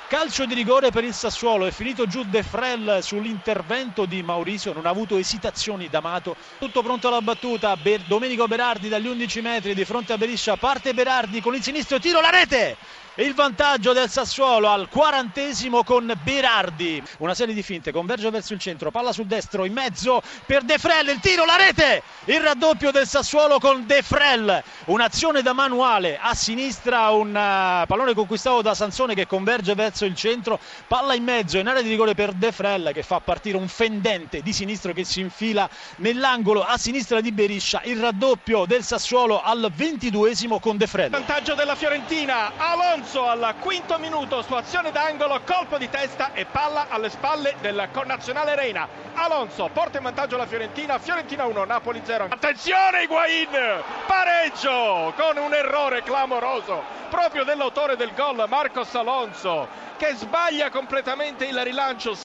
Calcio di rigore per il Sassuolo, è finito giù De Frel sull'intervento di Maurizio, non ha avuto esitazioni D'Amato, tutto pronto alla battuta, Domenico Berardi dagli 11 metri di fronte a Beriscia, parte Berardi con il sinistro, tiro, la rete! E il vantaggio del Sassuolo al 40° con Berardi, una serie di finte, converge verso il centro, palla sul destro, in mezzo per De Frel, il tiro, la rete! Il raddoppio del Sassuolo con De Frel, un'azione da manuale a sinistra, un pallone conquistato da Sansone che converge verso il centro, palla in mezzo in area di rigore per De Frel che fa partire un fendente di sinistro che si infila nell'angolo a sinistra di Beriscia, il raddoppio del Sassuolo al 22° con De Frel. Vantaggio della Fiorentina, Alonso al 5° minuto su azione d'angolo, colpo di testa e palla alle spalle del connazionale Reina. Alonso porta in vantaggio la Fiorentina, Fiorentina 1, Napoli 0. Attenzione Higuaín, pareggio con un errore clamoroso proprio dell'autore del gol Marcos Alonso che sbaglia completamente il rilancio.